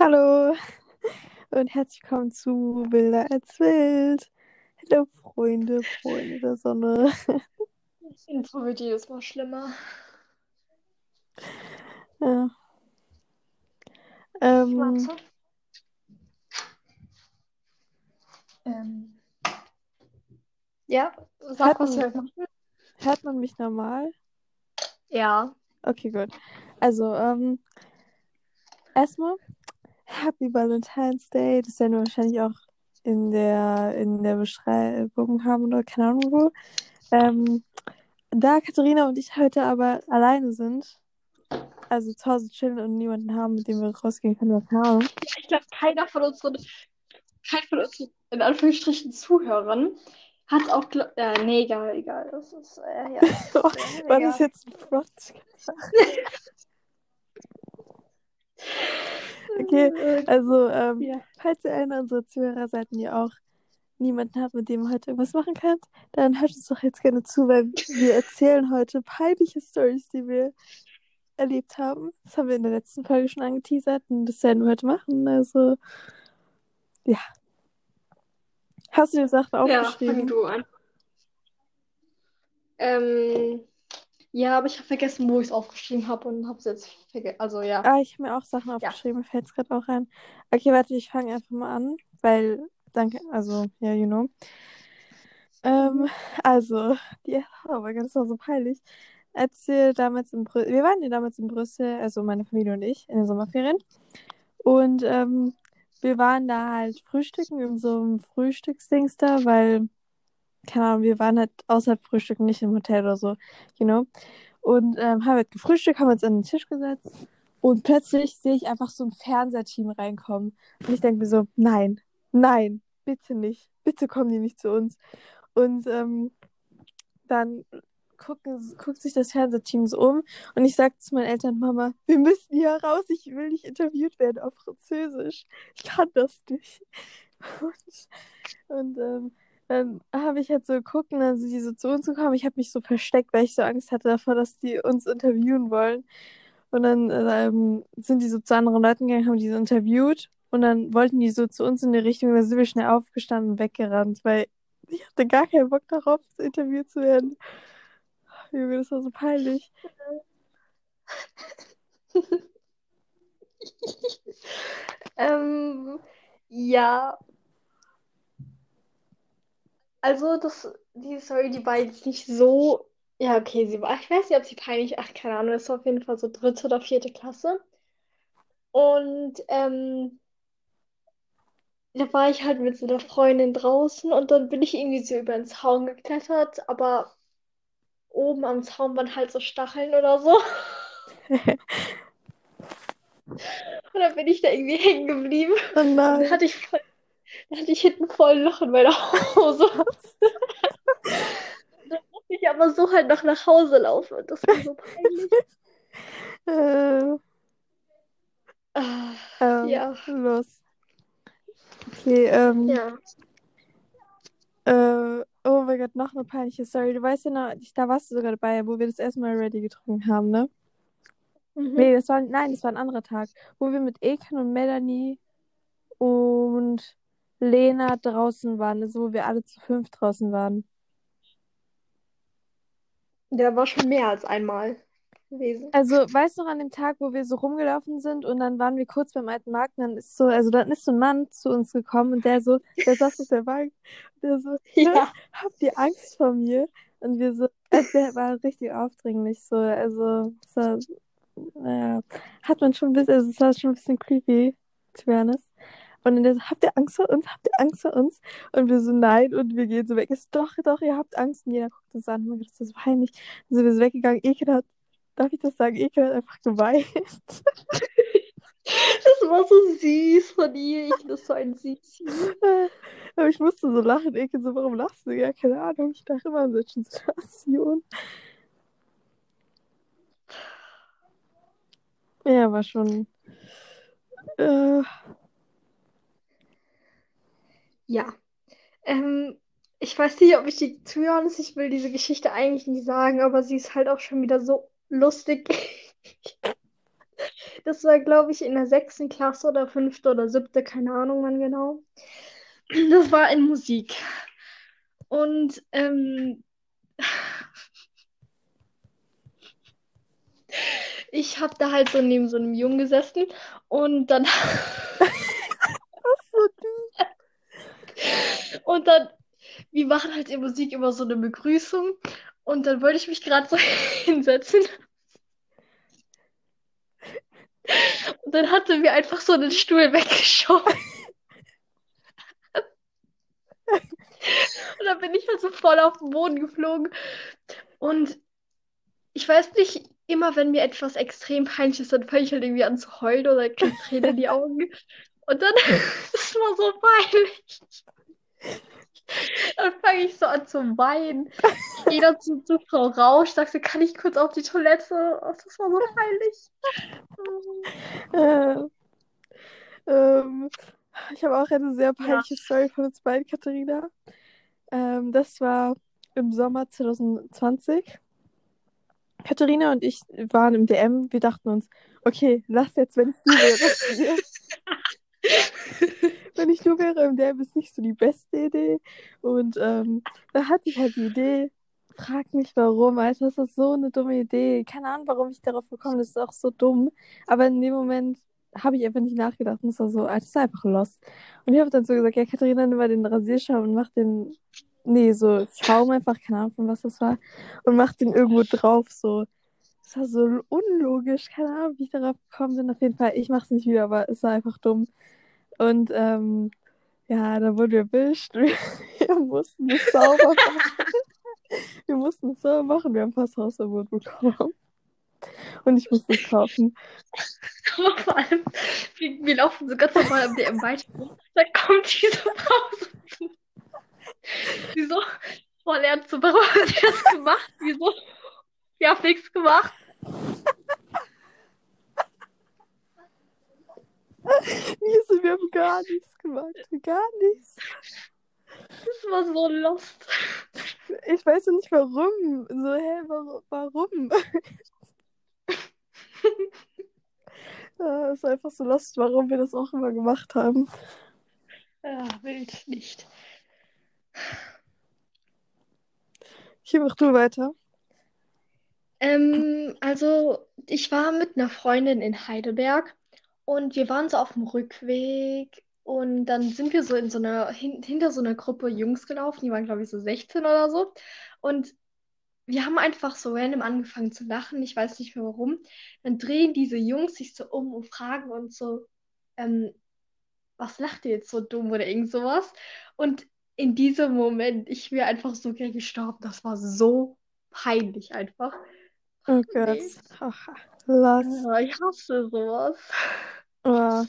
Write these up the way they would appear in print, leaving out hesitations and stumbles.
Hallo und herzlich willkommen zu Wilder als Wild. Hallo Freunde, Freunde der Sonne. Das Intro wird jedes Mal schlimmer. Ja, ähm, Warte. Ähm, ja, sag, hört was wir man, halt machen. hört man mich normal? Ja. Okay, gut. Also, erstmal Happy Valentine's Day. Das werden wir wahrscheinlich auch in der Beschreibung haben oder keine Ahnung wo. Ähm, Da Katharina und ich heute aber alleine sind, also zu Hause chillen und niemanden haben, mit dem wir rausgehen können, oder keine Ahnung. Ich glaube, kein von unseren, in Anführungsstrichen, Zuhörern hat auch, nee, egal. Das ist, ja, das ist, War das egal. jetzt ein Front? Okay, also Ja. falls ihr einer unserer Zuhörer seid und ihr auch niemanden habt, mit dem ihr heute irgendwas machen könnt, dann hört uns doch jetzt gerne zu, weil wir erzählen heute peinliche Stories, die wir erlebt haben. Das haben wir in der letzten Folge schon angeteasert und das werden wir heute machen. Also, ja. Hast du die Sachen Ja, fang aufgeschrieben? du an. Ähm, ja, aber ich habe vergessen, wo ich es aufgeschrieben habe und habe es jetzt vergessen. Also, ja. Ah, ich habe mir auch Sachen Ja. aufgeschrieben, mir fällt es gerade auch ein. Okay, warte, ich fange einfach mal an, weil, danke, also, ja, you know. Mhm. Ähm, also, oh mein Gott, das war so peinlich. Wir waren ja damals in Brüssel, also meine Familie und ich, in den Sommerferien. Und wir waren da halt frühstücken in so einem Frühstücksdings da, weil, keine Ahnung, wir waren halt außerhalb frühstücken, nicht im Hotel oder so, you know. Und haben halt gefrühstückt, haben uns an den Tisch gesetzt und plötzlich sehe ich einfach so ein Fernsehteam reinkommen. Und ich denke mir so, nein, nein, bitte nicht, bitte kommen die nicht zu uns. Und dann guckt sich das Fernsehteam so um und ich sage zu meinen Eltern, Mama, wir müssen hier raus, ich will nicht interviewt werden auf Französisch. Ich kann das nicht. Und dann habe ich halt so geguckt und dann sind die so zu uns gekommen. Ich habe mich so versteckt, weil ich so Angst hatte davor, dass die uns interviewen wollen. Und dann sind die so zu anderen Leuten gegangen, haben die so interviewt. Und dann wollten die so zu uns in die Richtung, da sind wir schnell aufgestanden und weggerannt, weil ich hatte gar keinen Bock darauf, interviewt zu werden. Junge, das war so peinlich. Ähm, ja, also die Story, die war jetzt nicht so. Ja, okay, ich weiß nicht, ob sie peinlich, ach, keine Ahnung, das war auf jeden Fall so dritte oder vierte Klasse. Und da war ich halt mit so einer Freundin draußen und dann bin ich irgendwie so über den Zaun geklettert, aber oben am Zaun waren halt so Stacheln oder so. Und dann bin ich da irgendwie hängen geblieben. Oh Und nein. dann hatte ich hinten voll ein Loch in meiner Hose. Dann musste ich aber so halt noch nach Hause laufen und das war so peinlich. äh, Ah, ja, los. Okay, ja. oh mein Gott, noch eine peinliche Story. Du weißt ja noch, da warst du sogar dabei, wo wir das erste Mal Ready getrunken haben, ne? Mhm. Nee, das war ein anderer Tag, wo wir mit Eken und Melanie und Lena draußen waren, also wo wir alle zu fünf draußen waren. Der war schon mehr als einmal gewesen. Also, weißt du noch an dem Tag, wo wir so rumgelaufen sind und dann waren wir kurz beim alten Markt und dann ist so ein Mann zu uns gekommen und der saß auf der Bank und der so, hä? Ja. Habt ihr Angst vor mir? Und wir so, also der war richtig aufdringlich, so, also, es war, naja, hat man schon ein bisschen, also es war schon ein bisschen creepy, to be honest. Und dann der so, habt ihr Angst vor uns? Habt ihr Angst vor uns? Und wir so, nein, und wir gehen so weg. Ist doch, doch, ihr habt Angst. Und jeder guckt uns an. Und man das ist so peinlich. Dann sind wir so weggegangen. Darf ich das sagen? Ekel hat einfach geweint. Das war so süß von ihr. Ich bin so ein Süßi. Aber ich musste so lachen. Ekel so, warum lachst du? Ja, keine Ahnung. Ich dachte immer in solchen Situationen. Ja, war schon. Äh, Ja. Ich weiß nicht, ob ich die zuhören ist. Ich will diese Geschichte eigentlich nicht sagen, aber sie ist halt auch schon wieder so lustig. Das war, glaube ich, in der 6. Klasse oder 5. oder 7., keine Ahnung wann genau. Das war in Musik. Und ich habe da halt so neben so einem Jungen gesessen und dann So, und dann wir machen halt in Musik immer so eine Begrüßung und dann wollte ich mich gerade so hinsetzen und dann hatte mir einfach so einen Stuhl weggeschoben und dann bin ich halt so voll auf den Boden geflogen und ich weiß nicht, immer wenn mir etwas extrem peinlich ist, dann fange ich halt irgendwie an zu heulen oder kriege Tränen in die Augen und dann das war so peinlich. Dann fange ich so an zu weinen. Ich gehe dann zu Frau Rausch, sag sie, kann ich kurz auf die Toilette? Oh, das war so peinlich. äh, ähm, ich habe auch eine sehr Ja. peinliche Story von uns beiden, Katharina. Das war im Sommer 2020. Katharina und ich waren im DM. Wir dachten uns, okay, lass jetzt, wenn ich du wäre, spielen. Wenn ich du wäre im DM, ist nicht so die beste Idee. Und da hatte ich halt die Idee, frag mich warum, Alter, das ist so eine dumme Idee. Keine Ahnung, warum ich darauf gekommen bin, das ist auch so dumm. Aber in dem Moment habe ich einfach nicht nachgedacht und es war so, Alter, das ist einfach lost. Und ich habe dann so gesagt, ja, Katharina, nimm mal den Rasierschaum und mach den, nee, so Schaum einfach, keine Ahnung, von was das war, und mach den irgendwo drauf, so. Das war so unlogisch, keine Ahnung, wie ich darauf gekommen bin. Auf jeden Fall, ich mach's nicht wieder, aber es war einfach dumm. Und ja, da wurden wir erwischt. Wir mussten das sauber machen. Wir mussten es sauber machen. Wir haben fast Hausverbot bekommen. Und ich musste es kaufen. Aber vor allem, wir laufen so ganz normal am DM weiter. Da kommt diese Frau so, die so voll ernst, so, warum hat sie das gemacht? Wieso? Wir haben nichts gemacht. Wir haben gar nichts gemacht. Gar nichts. Das war so lost. Ich weiß noch nicht warum. So, hä, warum? Ja, es ist einfach so lost, warum wir das auch immer gemacht haben. Ja, wild nicht. Hier mach du weiter. Also, ich war mit einer Freundin in Heidelberg und wir waren so auf dem Rückweg und dann sind wir so in so einer, hinter so einer Gruppe Jungs gelaufen, die waren, glaube ich, so 16 oder so. Und wir haben einfach so random angefangen zu lachen, ich weiß nicht mehr warum. Dann drehen diese Jungs sich so um und fragen uns so, ähm, was lacht ihr jetzt so dumm oder irgend sowas? Und in diesem Moment, ich wäre einfach so gern gestorben. Das war so peinlich einfach. Oh Gott. Nee. Ach, lass. Ja, ich hasse sowas. Oh,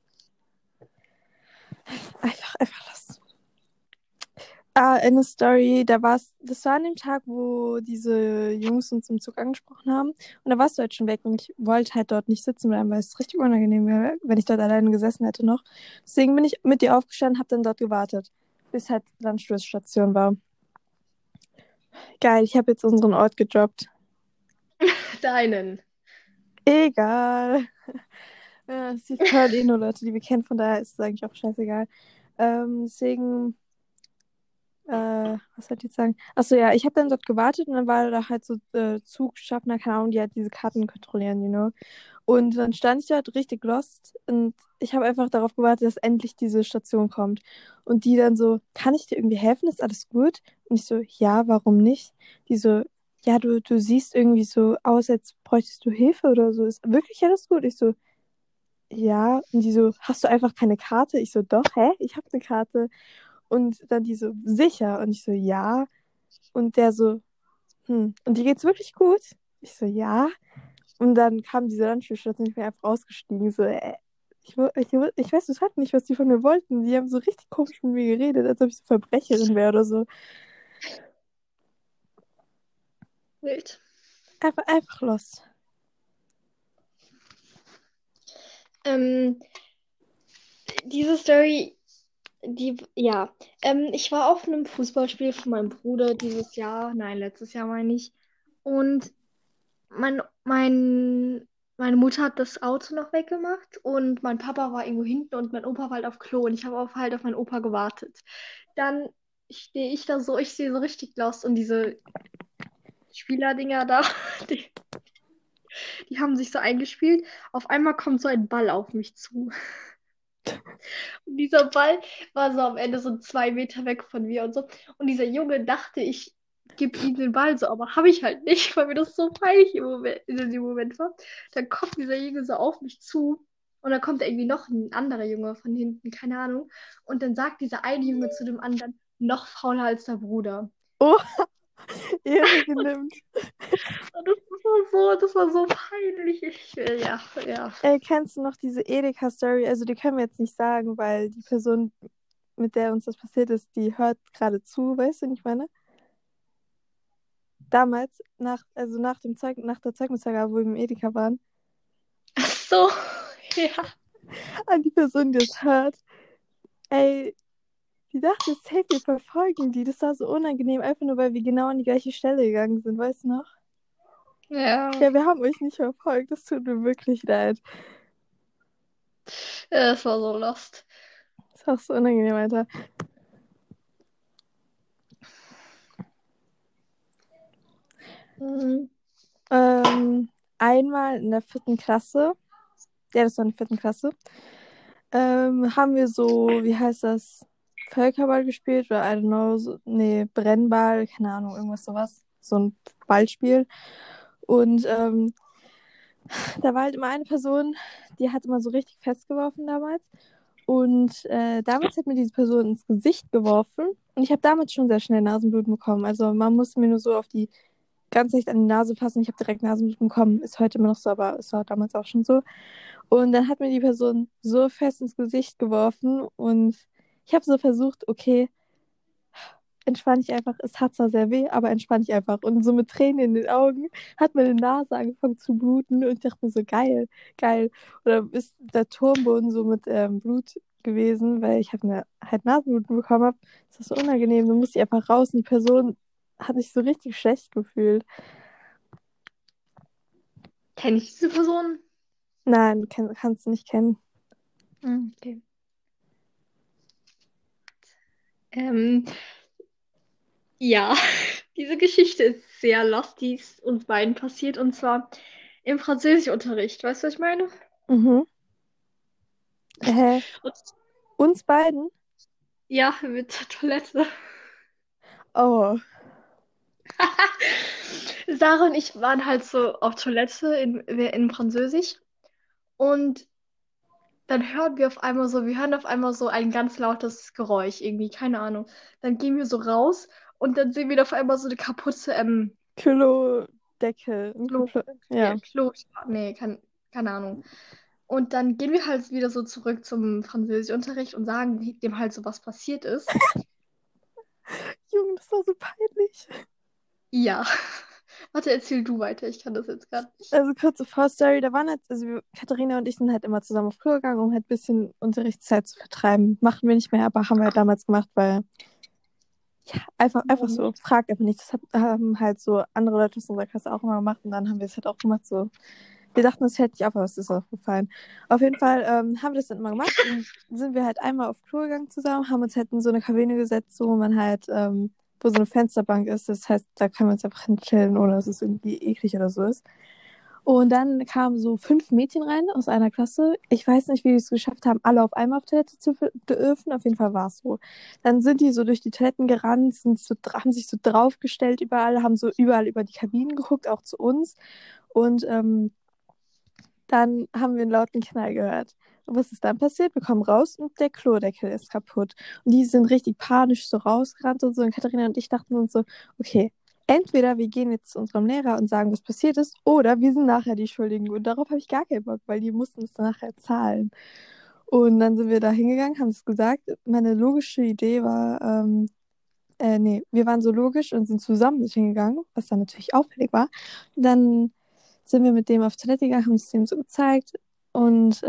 einfach lass. Ah, eine Story, das war an dem Tag, wo diese Jungs uns im Zug angesprochen haben. Und da warst du halt schon weg und ich wollte halt dort nicht sitzen bleiben, weil es richtig unangenehm wäre, wenn ich dort alleine gesessen hätte noch. Deswegen bin ich mit dir aufgestanden, hab dann dort gewartet, bis halt Landstuhlstation war. Geil, ich habe jetzt unseren Ort gedroppt. Deinen. Egal. Ja, sie hören eh nur Leute, die wir kennen, von daher ist es eigentlich auch scheißegal. Deswegen. Was soll ich jetzt sagen? Achso, ja, ich habe dann dort gewartet und dann war da halt so Zugschaffner, keine Ahnung, die halt diese Karten kontrollieren, you know. Und dann stand ich dort richtig lost und ich habe einfach darauf gewartet, dass endlich diese Station kommt. Und die dann so, kann ich dir irgendwie helfen? Ist alles gut? Und ich so, ja, warum nicht? Die so, ja, du siehst irgendwie so aus, als bräuchtest du Hilfe oder so. Ist wirklich alles gut? Ich so, ja. Und die so, hast du einfach keine Karte? Ich so, doch, hä? Ich habe eine Karte. Und dann die so, sicher? Und ich so, ja. Und der so, hm. Und dir geht's wirklich gut? Ich so, ja. Und dann kam diese Landschulstation und ich bin einfach ausgestiegen. So, ich weiß bis heute nicht, was die von mir wollten. Die haben so richtig komisch mit mir geredet, als ob ich so Verbrecherin wäre oder so. Wild. Einfach los. Ähm, diese Story, ja. Ich war auf einem Fußballspiel von meinem Bruder letztes Jahr meine ich. Und mein meine Mutter hat das Auto noch weggemacht und mein Papa war irgendwo hinten und mein Opa war halt auf Klo und ich habe halt auf meinen Opa gewartet. Dann stehe ich da so, ich sehe so richtig lost und diese Spielerdinger da, die, die haben sich so eingespielt. Auf einmal kommt so ein Ball auf mich zu. Und dieser Ball war so am Ende so 2 Meter weg von mir und so. Und dieser Junge dachte, ich gebe ihm den Ball so, aber habe ich halt nicht, weil mir das so peinlich in dem Moment war. Dann kommt dieser Junge so auf mich zu und dann kommt irgendwie noch ein anderer Junge von hinten, keine Ahnung. Und dann sagt dieser eine Junge zu dem anderen, noch fauler als der Bruder. Oh, Ehre genimmt. Und das war so peinlich. Ja, ja. Kennst du noch diese Edeka-Story? Also, die können wir jetzt nicht sagen, weil die Person, mit der uns das passiert ist, die hört gerade zu, weißt du, was ich meine? Damals, also nach der Zeugnisvergabe, wo wir im Edeka waren, Ach so, ja. an die Person, die das hört, ey, die dachte, safe, wir verfolgen die. Das war so unangenehm, einfach nur, weil wir genau an die gleiche Stelle gegangen sind, weißt du noch? Ja, Ja, wir haben euch nicht verfolgt, das tut mir wirklich leid. das war so lost. Das war so unangenehm, Alter. Mhm. Einmal in der 4. Klasse, ja, das war in der 4. Klasse, haben wir so, wie heißt das, Völkerball gespielt oder I don't know, so, nee, Brennball, keine Ahnung, irgendwas sowas. So ein Ballspiel. Und da war halt immer eine Person, die hat immer so richtig festgeworfen damals. Und damals hat mir diese Person ins Gesicht geworfen. Und ich habe damals schon sehr schnell Nasenbluten bekommen. Also man musste mir nur so auf die ganz leicht an die Nase fassen. Ich habe direkt Nasenbluten bekommen. Ist heute immer noch so, aber es war damals auch schon so. Und dann hat mir die Person so fest ins Gesicht geworfen. Und ich habe so versucht, okay, entspann dich einfach. Es hat zwar sehr weh, aber entspann dich einfach. Und so mit Tränen in den Augen hat meine Nase angefangen zu bluten. Und ich dachte mir so, geil, geil. Oder ist der Turmboden so mit Blut gewesen, weil ich habe mir halt Nasenbluten bekommen habe. Das ist so unangenehm. Dann musste ich einfach raus und die Person hat sich so richtig schlecht gefühlt. Kenne ich diese Person? Nein, kannst du nicht kennen. Okay. Ähm, ja, diese Geschichte ist sehr lost, die ist uns beiden passiert und zwar im Französischunterricht. Weißt du, was ich meine? Mhm. Und, Uns beiden? ja, mit der Toilette. Oh, Sarah und ich waren halt so auf Toilette in Französisch und dann wir hören auf einmal so ein ganz lautes Geräusch irgendwie, keine Ahnung. Dann gehen wir so raus und dann sehen wir auf einmal so eine kaputte Klodeckel. Klo, Ja. Klo, nee, keine Ahnung. Und dann gehen wir halt wieder so zurück zum Französischunterricht und sagen dem halt so, was passiert ist. Junge, das war so peinlich. Ja. Warte, erzähl du weiter, ich kann das jetzt gerade nicht. Also kurze Vorstory, da waren jetzt, also Katharina und ich sind halt immer zusammen auf Klo gegangen, um halt ein bisschen Unterrichtszeit zu vertreiben. Machen wir nicht mehr, aber haben wir halt damals gemacht, weil ja, einfach Warum so, nicht? fragt einfach nicht. Haben halt so andere Leute aus unserer Klasse auch immer gemacht und dann haben wir es halt auch gemacht, so. Wir dachten, es hätte nicht auf, aber es ist auch gefallen. Auf jeden Fall haben wir das dann immer gemacht und sind wir halt einmal auf Klo gegangen zusammen, haben uns halt in so eine Kabine gesetzt, wo man halt, wo so eine Fensterbank ist. Das heißt, da können wir uns einfach hinstellen, ohne dass es irgendwie eklig oder so ist. Und dann kamen so 5 Mädchen rein aus einer Klasse. Ich weiß nicht, wie die es geschafft haben, alle auf einmal auf Toilette zu dürfen. Auf jeden Fall war es so. Dann sind die so durch die Toiletten gerannt, haben sich so draufgestellt überall, haben so überall über die Kabinen geguckt, auch zu uns. Und dann haben wir einen lauten Knall gehört. Und was ist dann passiert? Wir kommen raus und der Klodeckel ist kaputt. Und die sind richtig panisch so rausgerannt und so. Und Katharina und ich dachten uns so, okay, entweder wir gehen jetzt zu unserem Lehrer und sagen, was passiert ist, oder wir sind nachher die Schuldigen. Und darauf habe ich gar keinen Bock, weil die mussten es dann nachher zahlen. Und dann sind wir da hingegangen, haben es gesagt. Meine logische Idee war, nee, wir waren so logisch und sind zusammen nicht hingegangen, was dann natürlich auffällig war. Und dann sind wir mit dem auf Toilette gegangen, haben es dem so gezeigt und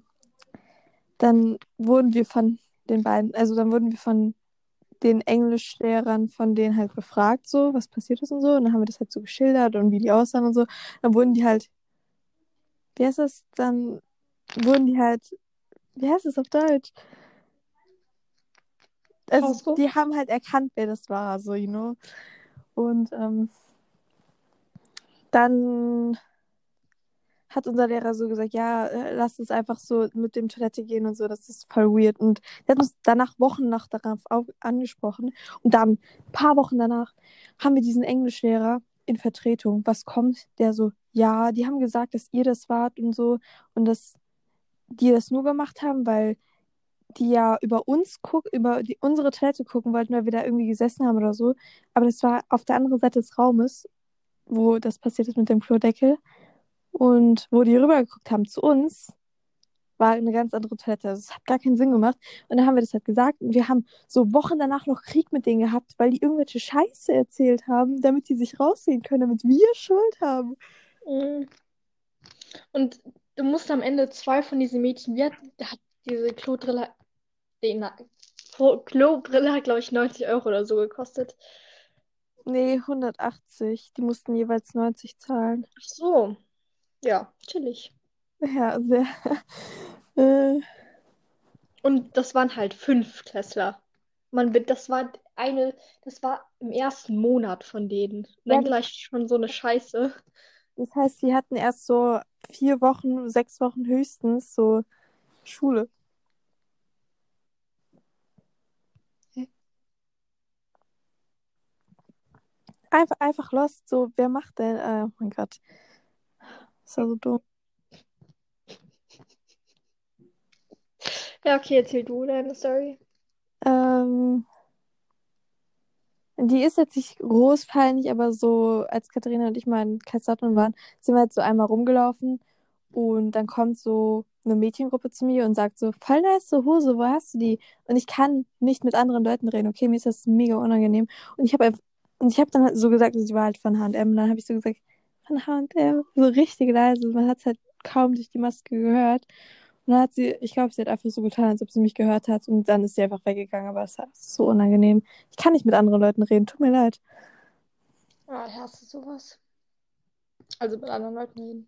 dann wurden wir von den beiden, also dann wurden wir von den Englischlehrern von denen halt befragt, so, was passiert ist und so. Und dann haben wir das halt so geschildert und wie die aussahen und so. Dann wurden die halt wie heißt das, dann wurden die halt, wie heißt es auf Deutsch? Also die Rausgeholt? haben halt erkannt, wer das war, so, Und dann hat unser Lehrer so gesagt, ja, lass uns einfach so mit dem Toilette gehen und so, das ist voll weird. Und der hat uns danach Wochen nach darauf angesprochen. Und dann, ein paar Wochen danach, haben wir diesen Englischlehrer in Vertretung. Was kommt? Der so, ja, die haben gesagt, dass ihr das wart und so und dass die das nur gemacht haben, weil die ja über uns unsere Toilette gucken wollten, weil wir da irgendwie gesessen haben oder so. Aber das war auf der anderen Seite des Raumes, wo das passiert ist mit dem Klodeckel. Und wo die rübergeguckt haben zu uns, war eine ganz andere Toilette. Also es hat gar keinen Sinn gemacht. Und dann haben wir das halt gesagt. Und wir haben so Wochen danach noch Krieg mit denen gehabt, weil die irgendwelche Scheiße erzählt haben, damit die sich rausziehen können, damit wir Schuld haben. Mhm. Und du musst am Ende zwei von diesen Mädchen, hat diese Klobrille, Klobrille hat, glaube ich, 90 € oder so gekostet. Nee, 180. Die mussten jeweils 90 zahlen. Ach so, ja, chillig. Ja, sehr. äh, Und das waren halt 5 Tesla. Das war im ersten Monat von denen. Und ja, dann gleich schon so eine Scheiße. das heißt, sie hatten erst so 4 Wochen, 6 Wochen höchstens so Schule. Einfach lost, so, wer macht denn? Oh mein Gott, ist ja so dumm. Ja, okay, erzähl du deine Story. Ähm, Die ist jetzt nicht groß peinlich, aber so, als Katharina und ich mal in Kaiserslautern waren, sind wir halt so einmal rumgelaufen und dann kommt so eine Mädchengruppe zu mir und sagt so, voll nice Hose, wo hast du die? Und ich kann nicht mit anderen Leuten reden, okay, mir ist das mega unangenehm. Und ich habe dann halt so gesagt, sie war halt von H&M und dann habe ich so gesagt, von H&M, so richtig leise, man hat es halt kaum durch die Maske gehört. Und dann hat sie, ich glaube, sie hat einfach so getan, als ob sie mich gehört hat und dann ist sie einfach weggegangen, aber es war so unangenehm. Ich kann nicht mit anderen Leuten reden, tut mir leid. Ah, hast du sowas? Also mit anderen Leuten reden.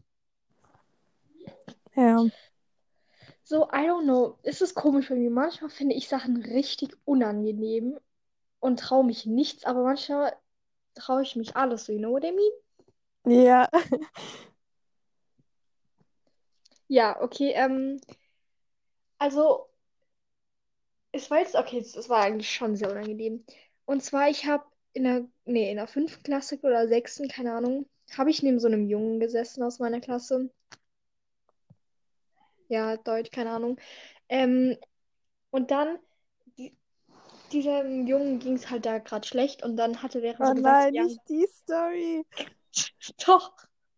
Ja. So, I don't know. Es ist komisch bei mir. Manchmal finde ich Sachen richtig unangenehm und traue mich nichts, aber manchmal traue ich mich alles. So, you know what I mean? Ja. Ja, okay. Also, es war jetzt, okay, es war eigentlich schon sehr unangenehm. Und zwar, ich habe in der 5. Klasse oder 6., keine Ahnung, habe ich neben so einem Jungen gesessen aus meiner Klasse. Ja, Deutsch, keine Ahnung. Ähm, und dann, die, diesem Jungen ging es halt da gerade schlecht und dann hat der Lehrer Oh so gesagt, so, nein, ja, nicht die Story. doch.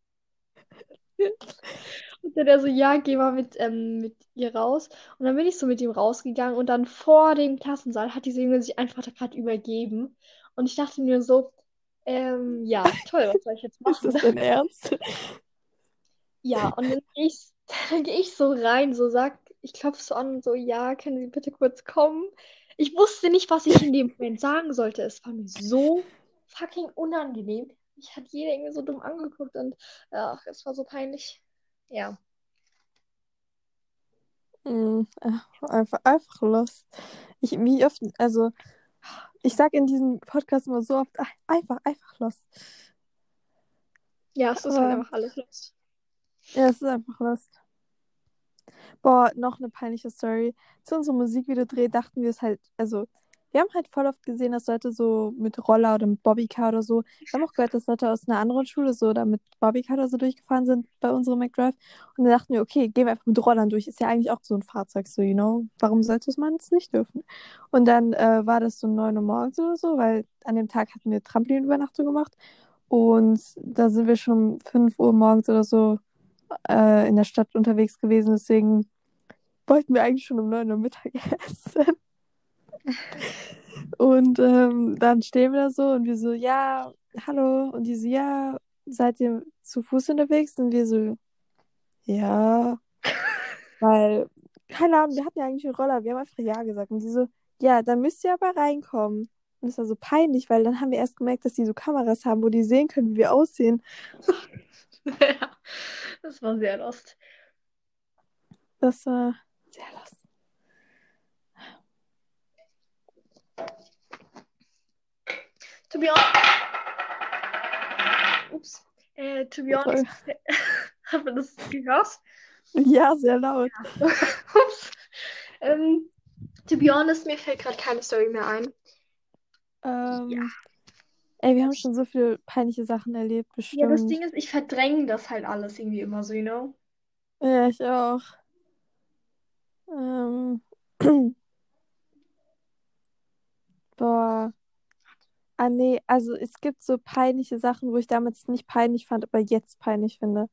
Und dann er so, ja, geh mal mit ihr raus. Und dann bin ich so mit ihm rausgegangen und dann vor dem Klassensaal hat diese Junge sich einfach da gerade übergeben. Und ich dachte mir so, ja, toll, was soll ich jetzt Ist machen? das dein Ernst? Ja, und dann dann geh ich so rein, so ich klopfe so an und so, ja, können Sie bitte kurz kommen? Ich wusste nicht, was ich in dem Moment sagen sollte. Es war mir so fucking unangenehm. Ich hat jeder irgendwie so dumm angeguckt und ach, es war so peinlich. Ja. Einfach lost. Wie oft, also, ich sag in diesem Podcast immer so oft, einfach lost. Ja, es ist halt Aber einfach alles los. ja, es ist einfach lost. Boah, noch eine peinliche Story. Zu unserem Musikvideodreh dachten wir es halt, also, wir haben halt voll oft gesehen, dass Leute so mit Roller oder mit Bobbycar oder so, wir haben auch gehört, dass Leute aus einer anderen Schule so da mit Bobbycar oder so durchgefahren sind bei unserem McDrive. Und dann dachten wir, okay, gehen wir einfach mit Rollern durch. Ist ja eigentlich auch so ein Fahrzeug, so, warum sollte man es nicht dürfen? Und dann war das so 9 Uhr morgens oder so, weil an dem Tag hatten wir Trampolinübernachtung gemacht. Und da sind wir schon um 5 Uhr morgens oder so in der Stadt unterwegs gewesen. Deswegen wollten wir eigentlich schon um 9 Uhr Mittag essen. Und dann stehen wir da so und wir so, ja, hallo. Und die so, ja, seid ihr zu Fuß unterwegs? Und wir so, ja, weil, keine Ahnung, wir hatten ja eigentlich einen Roller, wir haben einfach ja gesagt. Und die so, ja, dann müsst ihr aber reinkommen. Und das war so peinlich, weil dann haben wir erst gemerkt, dass die so Kameras haben, wo die sehen können, wie wir aussehen. Ja, das war sehr lost. Das war sehr lustig. To be honest, ups, to be honest, hat man das gehört? Ja, sehr laut. Ups. To be honest, mir fällt gerade keine Story mehr ein. Ja. Ähm, ey, wir haben schon so viele peinliche Sachen erlebt, Ja, das Ding bestimmt. ist, ich verdränge das halt alles irgendwie immer so, you know? Ja, ich auch. Ähm, boah. Ah, nee, also es gibt so peinliche Sachen, wo ich damals nicht peinlich fand, aber jetzt peinlich finde.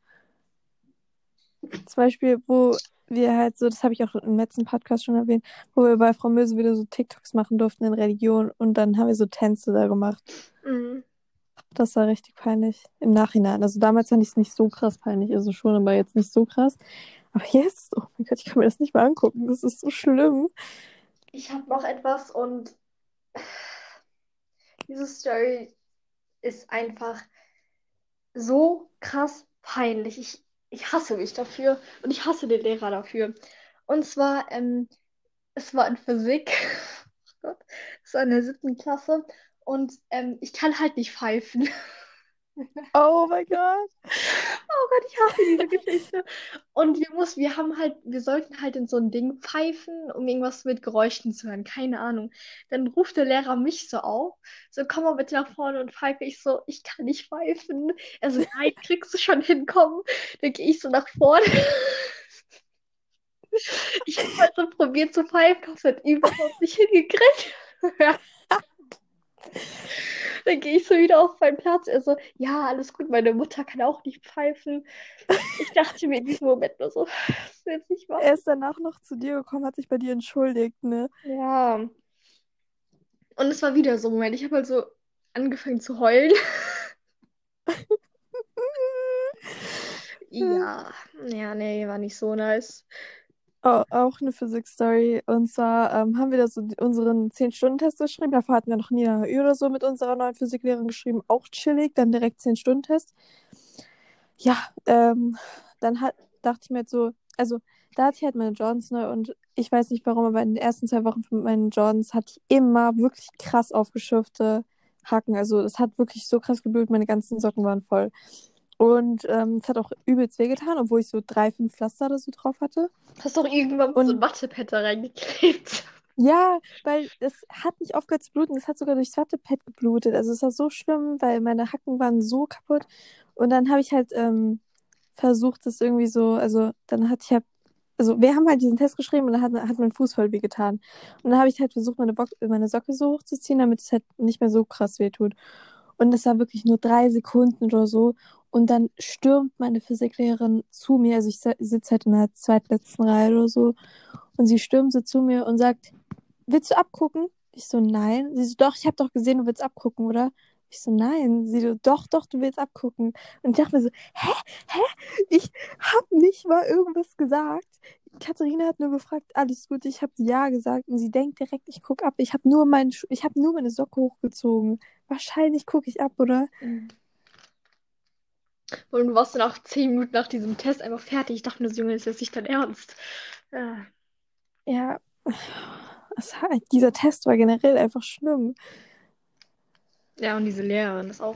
Zum Beispiel, wo wir halt so, das habe ich auch im letzten Podcast schon erwähnt, wo wir bei Frau Möse wieder so TikToks machen durften in Religion und dann haben wir so Tänze da gemacht. Mhm. Das war richtig peinlich im Nachhinein. Also damals fand ich es nicht so krass peinlich, also schon, aber jetzt nicht so krass. Aber jetzt, oh mein Gott, ich kann mir das nicht mal angucken. Das ist so schlimm. Ich habe noch etwas und diese Story ist einfach so krass peinlich. Ich hasse mich dafür und ich hasse den Lehrer dafür. Und zwar, es war in Physik. Oh Gott, es war in der 7. Klasse und ich kann halt nicht pfeifen. Oh mein Gott. Oh Gott, ich hasse diese Geschichte. Und wir sollten halt in so ein Ding pfeifen, um irgendwas mit Geräuschen zu hören. Keine Ahnung. Dann ruft der Lehrer mich so auf. So, komm mal bitte nach vorne und pfeife. Ich so, ich kann nicht pfeifen. Er so, nein, kriegst du schon hinkommen. Dann gehe ich so nach vorne. Ich habe halt so probiert zu pfeifen, hab's halt überhaupt nicht hingekriegt. Dann gehe ich so wieder auf meinen Platz. Er so, ja, alles gut, meine Mutter kann auch nicht pfeifen. Ich dachte mir in diesem Moment nur so, das ist jetzt nicht wahr. Er ist danach noch zu dir gekommen, hat sich bei dir entschuldigt, ne? Ja. Und es war wieder so ein Moment. Ich habe halt so angefangen zu heulen. Ja, ja, nee, war nicht so nice. Auch eine Physik-Story. Und zwar haben wir da so unseren 10-Stunden-Test geschrieben. Davor hatten wir noch nie eine Ü oder so mit unserer neuen Physiklehrerin geschrieben. Auch chillig, dann direkt 10-Stunden-Test. Ja, dachte ich mir halt so, also da hatte ich halt meine Jordans neu und ich weiß nicht warum, aber in den ersten 2 Wochen von meinen Jordans hatte ich immer wirklich krass aufgeschürfte Hacken. Also es hat wirklich so krass geblutet, meine ganzen Socken waren voll. Und es hat auch übelst wehgetan, obwohl ich so 3, 5 Pflaster oder so drauf hatte. Hast doch irgendwann mit so ein Und Wattepad da reingeklebt. ja, weil es hat nicht aufgehört zu bluten, es hat sogar durchs Wattepad geblutet. Also es war so schlimm, weil meine Hacken waren so kaputt. Und dann habe ich halt versucht, das irgendwie so, also dann hatte ich halt, also wir haben halt diesen Test geschrieben und dann hat mein Fuß voll weh getan. Und dann habe ich halt versucht, meine Socke so hochzuziehen, damit es halt nicht mehr so krass weh tut. Und das war wirklich nur 3 Sekunden oder so. Und dann stürmt meine Physiklehrerin zu mir, also ich sitze halt in der zweitletzten Reihe oder so. Und sie stürmt so zu mir und sagt, willst du abgucken? Ich so, nein. Sie so, doch, ich habe doch gesehen, du willst abgucken, oder? Ich so, nein. Sie so, doch, doch, du willst abgucken. Und ich dachte mir so, hä? Hä? Ich habe nicht mal irgendwas gesagt. Katharina hat nur gefragt, alles gut, ich habe ja gesagt und sie denkt direkt, ich guck ab. Ich habe nur meine Socke hochgezogen. Wahrscheinlich gucke ich ab, oder? Und du warst dann auch 10 Minuten nach diesem Test einfach fertig. Ich dachte mir so, Junge, ist jetzt nicht dein Ernst. Ja, Ja, dieser Test war generell einfach schlimm. ja, und diese Lehrerin ist auch.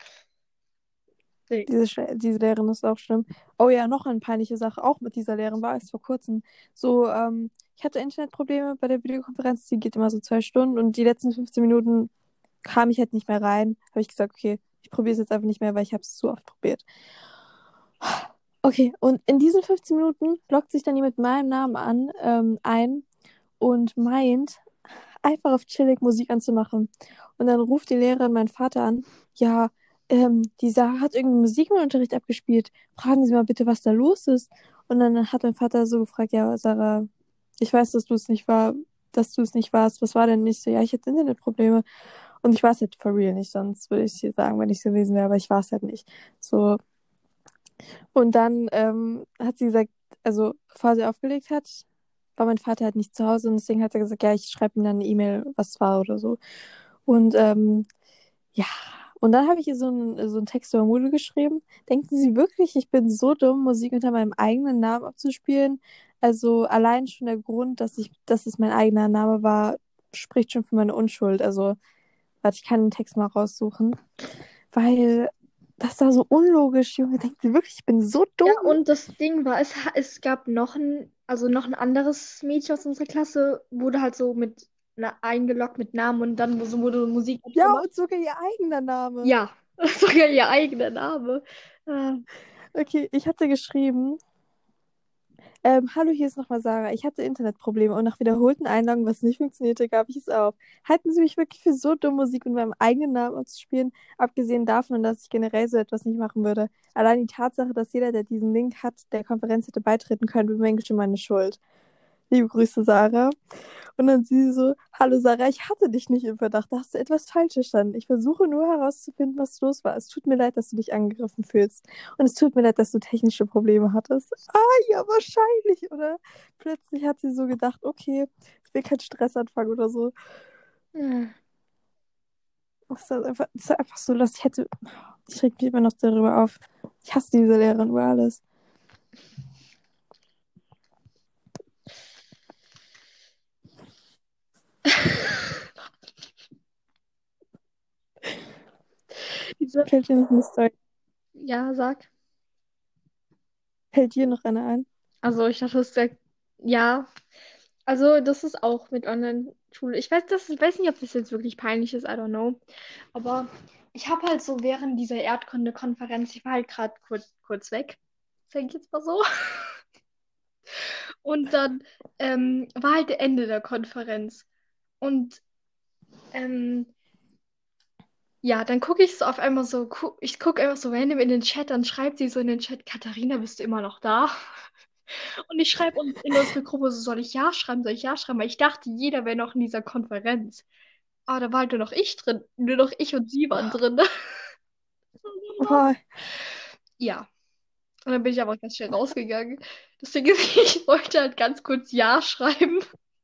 Nee. Diese Lehrerin ist auch schlimm. Oh ja, noch eine peinliche Sache, auch mit dieser Lehrerin war es vor kurzem. So, ich hatte Internetprobleme bei der Videokonferenz, die geht immer so 2 Stunden und die letzten 15 Minuten kam ich halt nicht mehr rein. Habe ich gesagt, okay, ich probiere es jetzt einfach nicht mehr, weil ich habe es zu oft probiert. Okay, und in diesen 15 Minuten loggt sich dann jemand mit meinem Namen ein und meint, einfach auf chillig Musik anzumachen. Und dann ruft die Lehrerin meinen Vater an, ja, die Sarah hat irgendwie Musik im Unterricht abgespielt. Fragen Sie mal bitte, was da los ist. Und dann hat mein Vater so gefragt, ja, Sarah, ich weiß, dass du es nicht warst. Was war denn nicht so? Ja, ich hatte Internetprobleme. Und ich war es halt for real nicht, sonst würde ich es dir sagen, wenn ich es gewesen wäre, aber ich war es halt nicht. So. Und dann hat sie gesagt, also bevor sie aufgelegt hat, war mein Vater halt nicht zu Hause und deswegen hat er gesagt, ja, ich schreibe ihm dann eine E-Mail, was war oder so. Und ja, Und dann habe ich ihr so einen Text über Moodle geschrieben. Denken Sie wirklich, ich bin so dumm, Musik unter meinem eigenen Namen abzuspielen? Also allein schon der Grund, dass es mein eigener Name war, spricht schon für meine Unschuld. Also, warte, ich kann den Text mal raussuchen. Weil das war so unlogisch, Junge. Denken Sie wirklich, ich bin so Ja, dumm? und das Ding war, es gab noch ein anderes Mädchen aus unserer Klasse, wurde halt so eingeloggt mit Namen und dann wurde so Musik Ja, gemacht. und sogar ihr eigener Name. Ja, sogar ihr eigener Name. Ah. Okay, ich hatte geschrieben, hallo, hier ist nochmal Sarah. Ich hatte Internetprobleme und nach wiederholten Einlagen, was nicht funktionierte, gab ich es auf. Halten Sie mich wirklich für so dumm, Musik mit meinem eigenen Namen zu spielen? Abgesehen davon, dass ich generell so etwas nicht machen würde. Allein die Tatsache, dass jeder, der diesen Link hat, der Konferenz hätte beitreten können, bemängelt schon meine Schuld. Liebe Grüße, Sarah. Und dann sie so, hallo Sarah, ich hatte dich nicht im Verdacht, da hast du etwas falsch verstanden. Ich versuche nur herauszufinden, was los war. Es tut mir leid, dass du dich angegriffen fühlst. Und es tut mir leid, dass du technische Probleme hattest. Ah, ja, wahrscheinlich, oder? Plötzlich hat sie so gedacht, okay, ich will keinen Stress anfangen oder so. Hm. Das ist einfach so, dass ich reg mich immer noch darüber auf. Ich hasse diese Lehrerin über alles. Diese, Fällt dir noch eine Story? ja, sag. Fällt dir noch eine ein? Also ich dachte, es wäre, ja, also das ist auch mit Online-Schule. Ich weiß nicht, ob das jetzt wirklich peinlich ist, I don't know. Aber ich habe halt so während dieser Erdkunde-Konferenz, ich war halt gerade kurz weg, sag ich jetzt mal so. Und dann war halt der Ende der Konferenz. Und ähm, ja, dann gucke ich so auf einmal so, ich gucke einfach so random in den Chat, dann schreibt sie so in den Chat, Katharina, bist du immer noch da? Und ich schreibe in unsere Gruppe so, soll ich ja schreiben? Weil ich dachte, jeder wäre noch in dieser Konferenz. Aber da war halt nur noch ich drin. Nur noch ich und sie waren drin. Oh, Ja. Und dann bin ich aber ganz schnell rausgegangen. Deswegen, ich wollte halt ganz kurz Ja schreiben.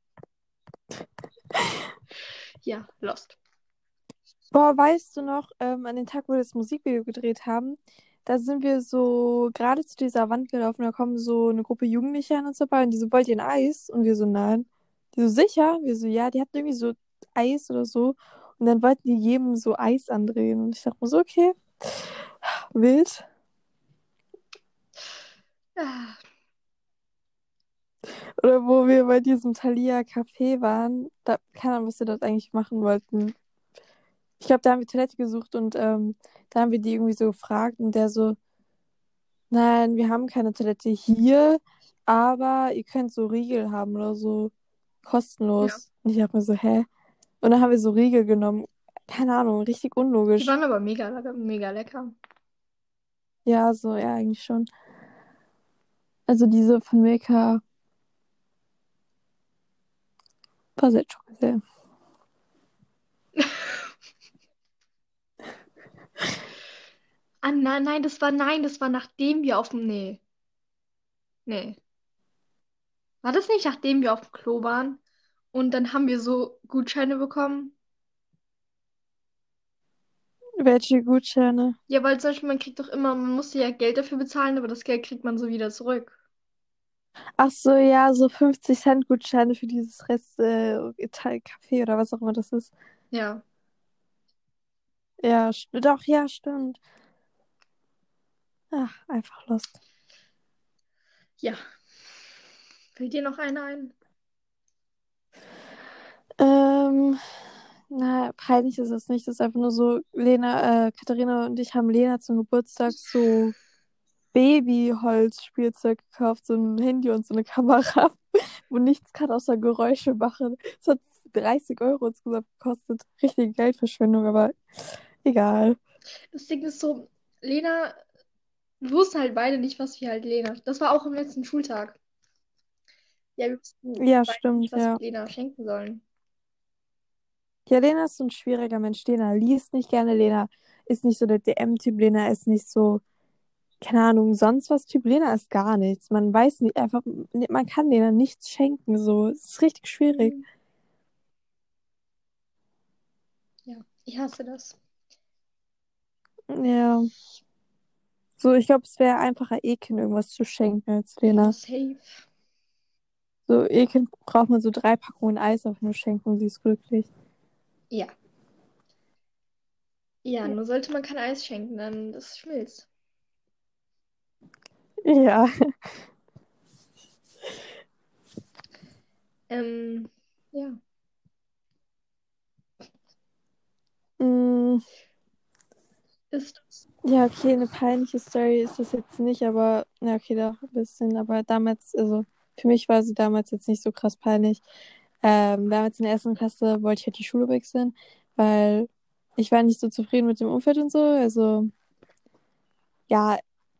Ja, lost. boah, weißt du noch, an dem Tag, wo wir das Musikvideo gedreht haben, da sind wir so gerade zu dieser Wand gelaufen, da kommen so eine Gruppe Jugendlicher an uns vorbei und die so, wollt ihr ein Eis? Und wir so, nein. Die so, sicher? Wir so, ja, die hatten irgendwie so Eis oder so. Und dann wollten die jedem so Eis andrehen. Und ich dachte mir so, okay, wild. Ah, Oder wo wir bei diesem Thalia Café waren, da, keine Ahnung, was wir dort eigentlich machen wollten. Ich glaube, da haben wir Toilette gesucht und da haben wir die irgendwie so gefragt und der so, nein, wir haben keine Toilette hier, aber ihr könnt so Riegel haben oder so ja. kostenlos. Und ich hab mir so, hä? Und dann haben wir so Riegel genommen. Keine Ahnung, richtig Die unlogisch. waren aber mega lecker. Ja, so, ja, eigentlich schon. Also diese von Milka war sehr sehr. Ah, nein, das war nachdem wir auf dem, nee. War das nicht, nachdem wir auf dem Klo waren? Und dann haben wir so Gutscheine bekommen? Welche Gutscheine? Ja, weil zum Beispiel man kriegt doch immer, man musste ja Geld dafür bezahlen, aber das Geld kriegt man so wieder zurück. Ach so, ja, so 50 Cent Gutscheine für dieses Rest Café oder was auch immer das ist. Ja. Ja, doch, ja, stimmt. Ach, einfach Lust. Ja. Fällt dir noch einer ein? Ähm, na, peinlich ist es nicht. Das ist einfach nur so, Katharina und ich haben Lena zum Geburtstag so Babyholzspielzeug gekauft, so ein Handy und so eine Kamera, wo nichts kann außer Geräusche machen. Es hat 30 € insgesamt gekostet. Richtige Geldverschwendung, aber egal. Das Ding ist so, Lena, wir wussten halt beide nicht, was wir halt Lena. Das war auch am letzten Schultag. Ja, wir wussten Ja, beide nicht, stimmt, was ja. wir Lena schenken sollen. Ja, Lena ist so ein schwieriger Mensch. Lena liest nicht gerne. Lena ist nicht so der DM-Typ. Lena ist nicht so, keine Ahnung, sonst was Typ. Lena ist gar nichts. Man weiß nicht, einfach, man kann Lena nichts schenken. So, es ist richtig schwierig. Hm. Ja, ich hasse das. Ja. So, ich glaube, es wäre einfacher, Ekin irgendwas zu schenken als Ja, Lena. safe. So, Ekin braucht man so 3 Packungen Eis auf nur schenken und sie ist glücklich. Ja. Ja, nur sollte man kein Eis schenken, dann das schmilzt. Ja. Ähm, ja. Mm, Ist das? ja, okay, eine peinliche Story ist das jetzt nicht, aber, ja, okay, doch ein bisschen. Aber damals, also, für mich war sie damals jetzt nicht so krass peinlich. Damals in der ersten Klasse wollte ich halt die Schule wechseln, weil ich war nicht so zufrieden mit dem Umfeld und so. Also, ja,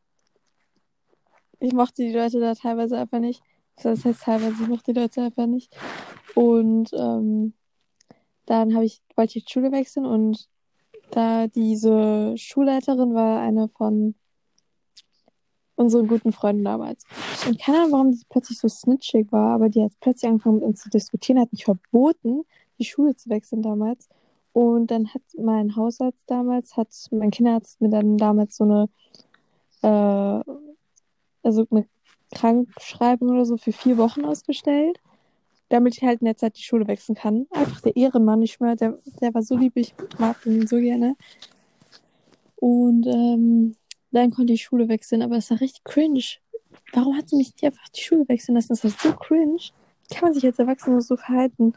ich mochte die Leute da teilweise einfach nicht. Das heißt teilweise, ich mochte die Leute einfach nicht. Und dann wollte ich die Schule wechseln und da diese Schulleiterin war eine von unseren guten Freunden damals. Und keine Ahnung, warum die plötzlich so snitchig war, aber die hat plötzlich angefangen mit uns zu diskutieren, hat mich verboten, die Schule zu wechseln damals. Und dann hat mein Kinderarzt mir dann damals so äh, also eine Krankschreibung oder so für 4 Wochen ausgestellt, damit ich halt in der Zeit die Schule wechseln kann. Einfach der Ehrenmann, ich schwöre, der war so lieb, ich mag ihn so gerne. Und dann konnte ich die Schule wechseln, aber es war richtig cringe. Warum hat sie mich nicht einfach die Schule wechseln lassen? Das war so cringe. Kann man sich als Erwachsener so verhalten?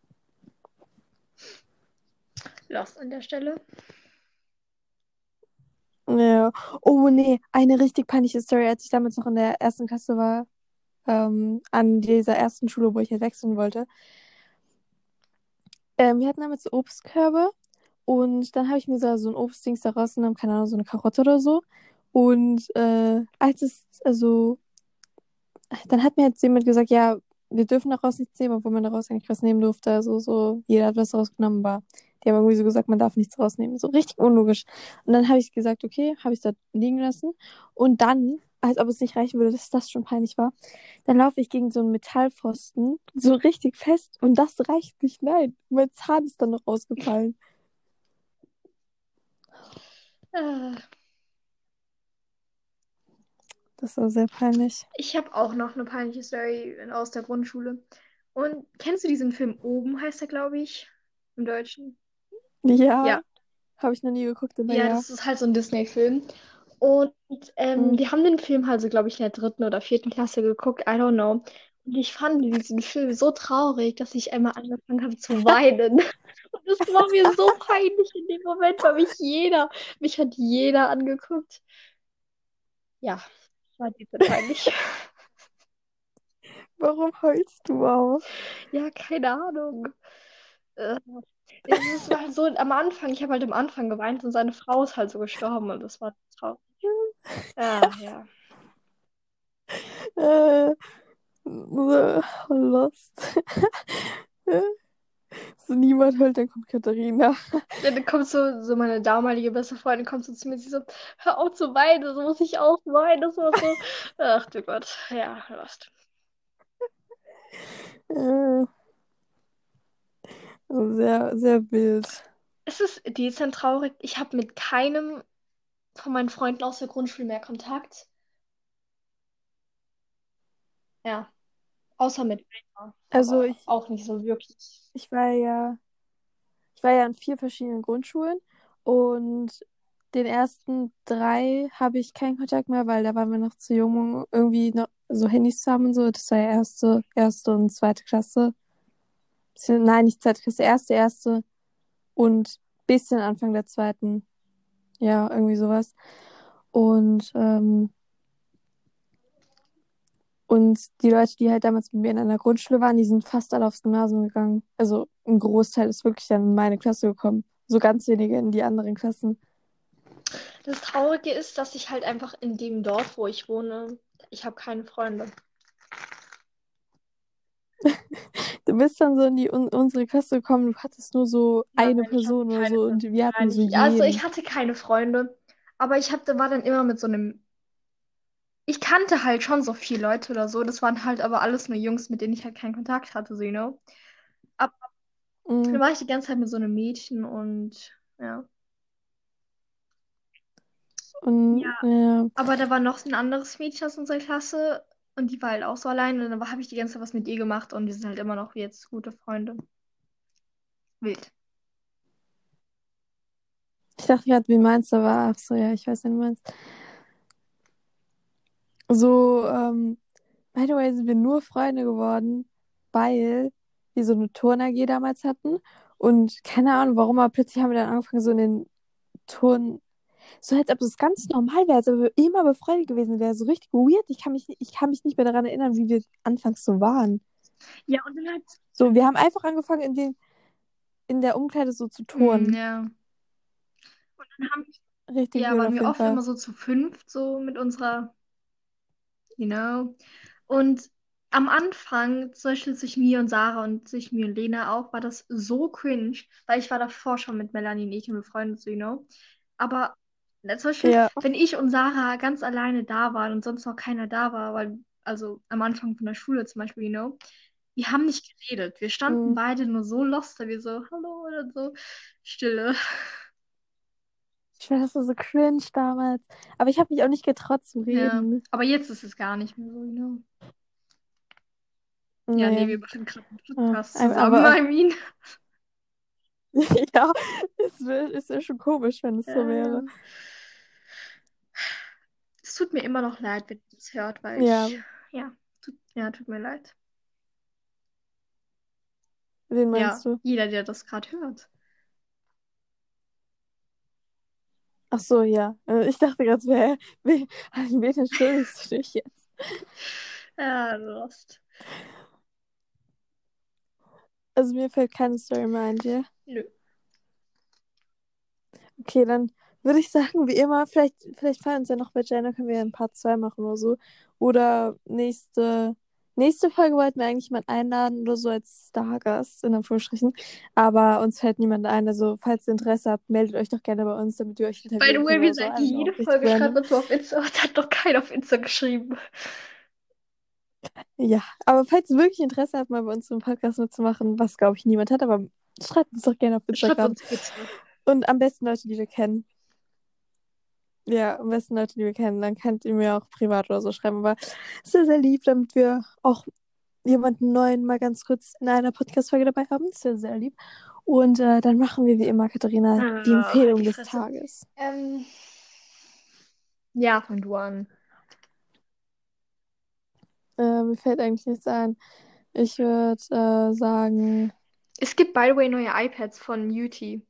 Lost an der Stelle. Ja. Oh nee, eine richtig peinliche Story, als ich damals noch in der ersten Klasse war, an dieser ersten Schule, wo ich halt wechseln wollte. Wir hatten damals so Obstkörbe und dann habe ich mir so ein Obstdings da rausgenommen, keine Ahnung, so eine Karotte oder so. Und dann hat mir jetzt jemand gesagt, ja, wir dürfen daraus nichts nehmen, obwohl man daraus eigentlich was nehmen durfte. Also so, jeder hat was rausgenommen, aber die haben irgendwie so gesagt, man darf nichts rausnehmen. So richtig unlogisch. Und dann habe ich gesagt, okay, habe ich es da liegen lassen. Und dann, als ob es nicht reichen würde, dass das schon peinlich war, dann laufe ich gegen so einen Metallpfosten, so richtig fest. Und das reicht nicht, nein. Mein Zahn ist dann noch rausgefallen. Äh, Das war sehr peinlich. Ich habe auch noch eine peinliche Story aus der Grundschule. Und kennst du diesen Film Oben, heißt er, glaube ich, im Deutschen? Ja, Ja. habe ich noch nie geguckt, aber Ja, ja. das ist halt so ein Disney-Film. Und Mm. wir haben den Film halt so, glaube ich, in der dritten oder vierten Klasse geguckt, I don't know. Und ich fand diesen Film so traurig, dass ich einmal angefangen habe zu weinen. Und das war mir so peinlich in dem Moment, weil mich hat jeder angeguckt. Ja, war diese peinlich. Warum heulst du auch? Ja, keine Ahnung. Äh, Es war halt so am Anfang, ich habe halt am Anfang geweint und seine Frau ist halt so gestorben und das war traurig. Ah, ja. Äh, Lost. So niemand hört, dann kommt Katharina. Dann kommt so meine damalige beste Freundin kommt so zu mir, sie so, hör auf zu weinen, so muss ich auch weinen. Das war so, ach du Gott, ja, Lost. Äh, sehr, sehr wild. Es ist dezent traurig. Ich habe mit keinem von meinen Freunden aus der Grundschule mehr Kontakt. Ja, außer mit einer, Also aber auch nicht so wirklich. ich war ja, ich war ja in 4 verschiedenen Grundschulen und den ersten 3 habe ich keinen Kontakt mehr, weil da waren wir noch zu jung, um irgendwie noch so Handys zu haben und so. Das war ja erste und zweite Klasse. Nein, nicht zweite Klasse, erste und bisschen Anfang der zweiten. Ja, irgendwie sowas. Und Und die Leute, die halt damals mit mir in einer Grundschule waren, die sind fast alle aufs Gymnasium gegangen. Also ein Großteil ist wirklich dann in meine Klasse gekommen. So ganz wenige in die anderen Klassen. Das Traurige ist, dass ich halt einfach in dem Dorf, wo ich wohne, ich habe keine Freunde. Du bist dann so in unsere Klasse gekommen, du hattest nur so Nein, eine ich hatte Person oder keine, so und wir hatten nein, so also ich jeden. hatte keine Freunde, aber war dann immer mit so einem, ich kannte halt schon so 4 Leute oder so, das waren halt aber alles nur Jungs, mit denen ich halt keinen Kontakt hatte, so, you know. Aber dann Mm, war ich die ganze Zeit mit so einem Mädchen und ja. Und Ja. ja, Aber da war noch so ein anderes Mädchen aus unserer Klasse und die war halt auch so allein und dann habe ich die ganze Zeit was mit ihr gemacht und wir sind halt immer noch jetzt gute Freunde. Wild. ich dachte gerade, wie meinst du, aber ach so, ja, ich weiß, was du meinst. So, by the way, sind wir nur Freunde geworden, weil wir so eine Turn-AG damals hatten. Und keine Ahnung, warum, aber plötzlich haben wir dann angefangen, so in den Turn, so als ob das ganz normal wäre, als ob wir immer befreundet gewesen wären. So richtig weird. Ich kann mich nicht mehr daran erinnern, wie wir anfangs so waren. Ja, und dann halt. So, wir haben einfach angefangen, in der Umkleide so zu turnen. Ja. Und dann Richtig ja, weird waren auf wir jeden oft Fall. immer so zu fünft, so mit unserer, you know. Und am Anfang, zum Beispiel zwischen mir und Sarah und zwischen mir und Lena auch, war das so cringe, weil ich war davor schon mit Melanie und Eken befreundet, so, you know. Aber zum Beispiel, Ja, wenn ich und Sarah ganz alleine da waren und sonst noch keiner da war, weil, also am Anfang von der Schule zum Beispiel, you know, wir haben nicht geredet. Wir standen mm, beide nur so lost, da wir so, hallo oder so, Stille. ich weiß, das war so cringe damals. Aber ich habe mich auch nicht getraut zu Ja, reden. aber jetzt ist es gar nicht mehr so, you know. Ja, nee, Nee. wir machen gerade einen Ja, Podcast zusammen, aber I mean. ja, ist ja schon komisch, wenn es so wäre. Ja. Es tut mir immer noch leid, wenn ihr das hört, weil Ja, ja, tut mir leid. wen Ja, meinst du? jeder, der das gerade hört. Ach so, ja. Ich dachte gerade, an wen entschuldigst du dich jetzt? Ja, lost. Also mir fällt keine Story mehr ein dir. Nö. Okay, dann würde ich sagen, wie immer, vielleicht fallen uns ja noch welche ein, dann können wir ja ein Part 2 machen oder so. Oder nächste Folge wollten wir eigentlich jemanden einladen oder so als Stargast, in Anführungsstrichen. Aber uns fällt niemand ein. Also, falls ihr Interesse habt, meldet euch doch gerne bei uns, damit wir euch By the interviewen way, können wir oder so. I sagen don't know. jede Richtig Folge, schreibt random. uns so auf Insta. Das hat doch keiner auf Insta geschrieben. Ja, aber falls ihr wirklich Interesse habt, mal bei uns im Podcast mitzumachen, was glaube ich niemand hat, aber schreibt uns doch gerne auf Schreibt Instagram. uns bitte. Und am besten Leute, die wir kennen. Ja, am besten Leute, die wir kennen. Dann könnt ihr mir auch privat oder so schreiben. Aber es ist sehr, sehr lieb, damit wir auch jemanden neuen mal ganz kurz in einer Podcast-Folge dabei haben. Das ist sehr, sehr lieb. Und dann machen wir wie immer, Katharina, die Halt Empfehlung die des Fresse. Tages. Ja, fang du an. Mir fällt eigentlich nichts ein. Ich würde sagen, Es gibt, by the way, neue iPads von Yuti.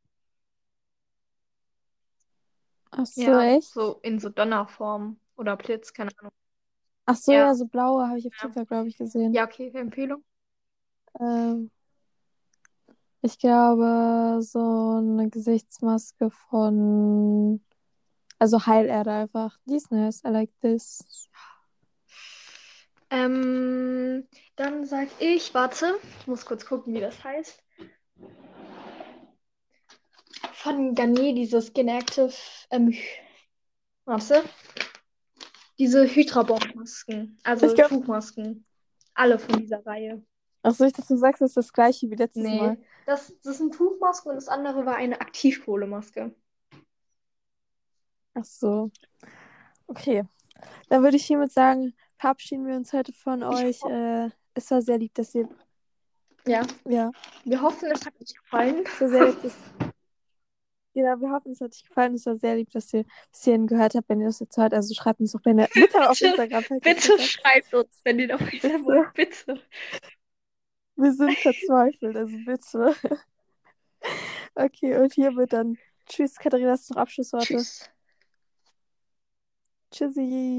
ach so, Ja, echt? so in so Donnerform oder Blitz, keine Ahnung. Ach so, Ja, ja, so blaue habe ich auf ja. TikTok, glaube ich, gesehen. Ja, okay, Empfehlung. Ähm, Ich glaube, so eine Gesichtsmaske also Heilerde einfach. Die ist nice. I like this. Dann sag ich, warte, ich muss kurz gucken, wie das heißt. Von Garnier, diese Skin Active, warte, diese Hydra-Bomb-Masken, Ich also glaube, Tuchmasken. Alle von dieser Reihe. ach so, ich dachte, du sagst, das ist das gleiche wie letztes Mal. Nee, das sind Tuchmasken und das andere war eine Aktivkohlemaske. Ach so. Okay. Dann würde ich hiermit sagen, verabschieden wir uns heute von Ich, euch. Es war sehr lieb, dass ihr, ja, ja, wir hoffen, es hat euch gefallen. es war sehr lieb, genau, wir hoffen, es hat euch gefallen. Es war sehr lieb, dass ihr bis hierhin gehört habt, wenn ihr das jetzt hört. Also schreibt uns doch bitte auf Bitte, Instagram, falls ihr bitte Interesse habt. schreibt uns, wenn ihr dabei sein Bitte. wollt. Bitte. Wir sind verzweifelt, also bitte. Okay, und hier wird dann. Tschüss, Katharina, hast du noch Abschlussworte? Tschüss. Tschüssi.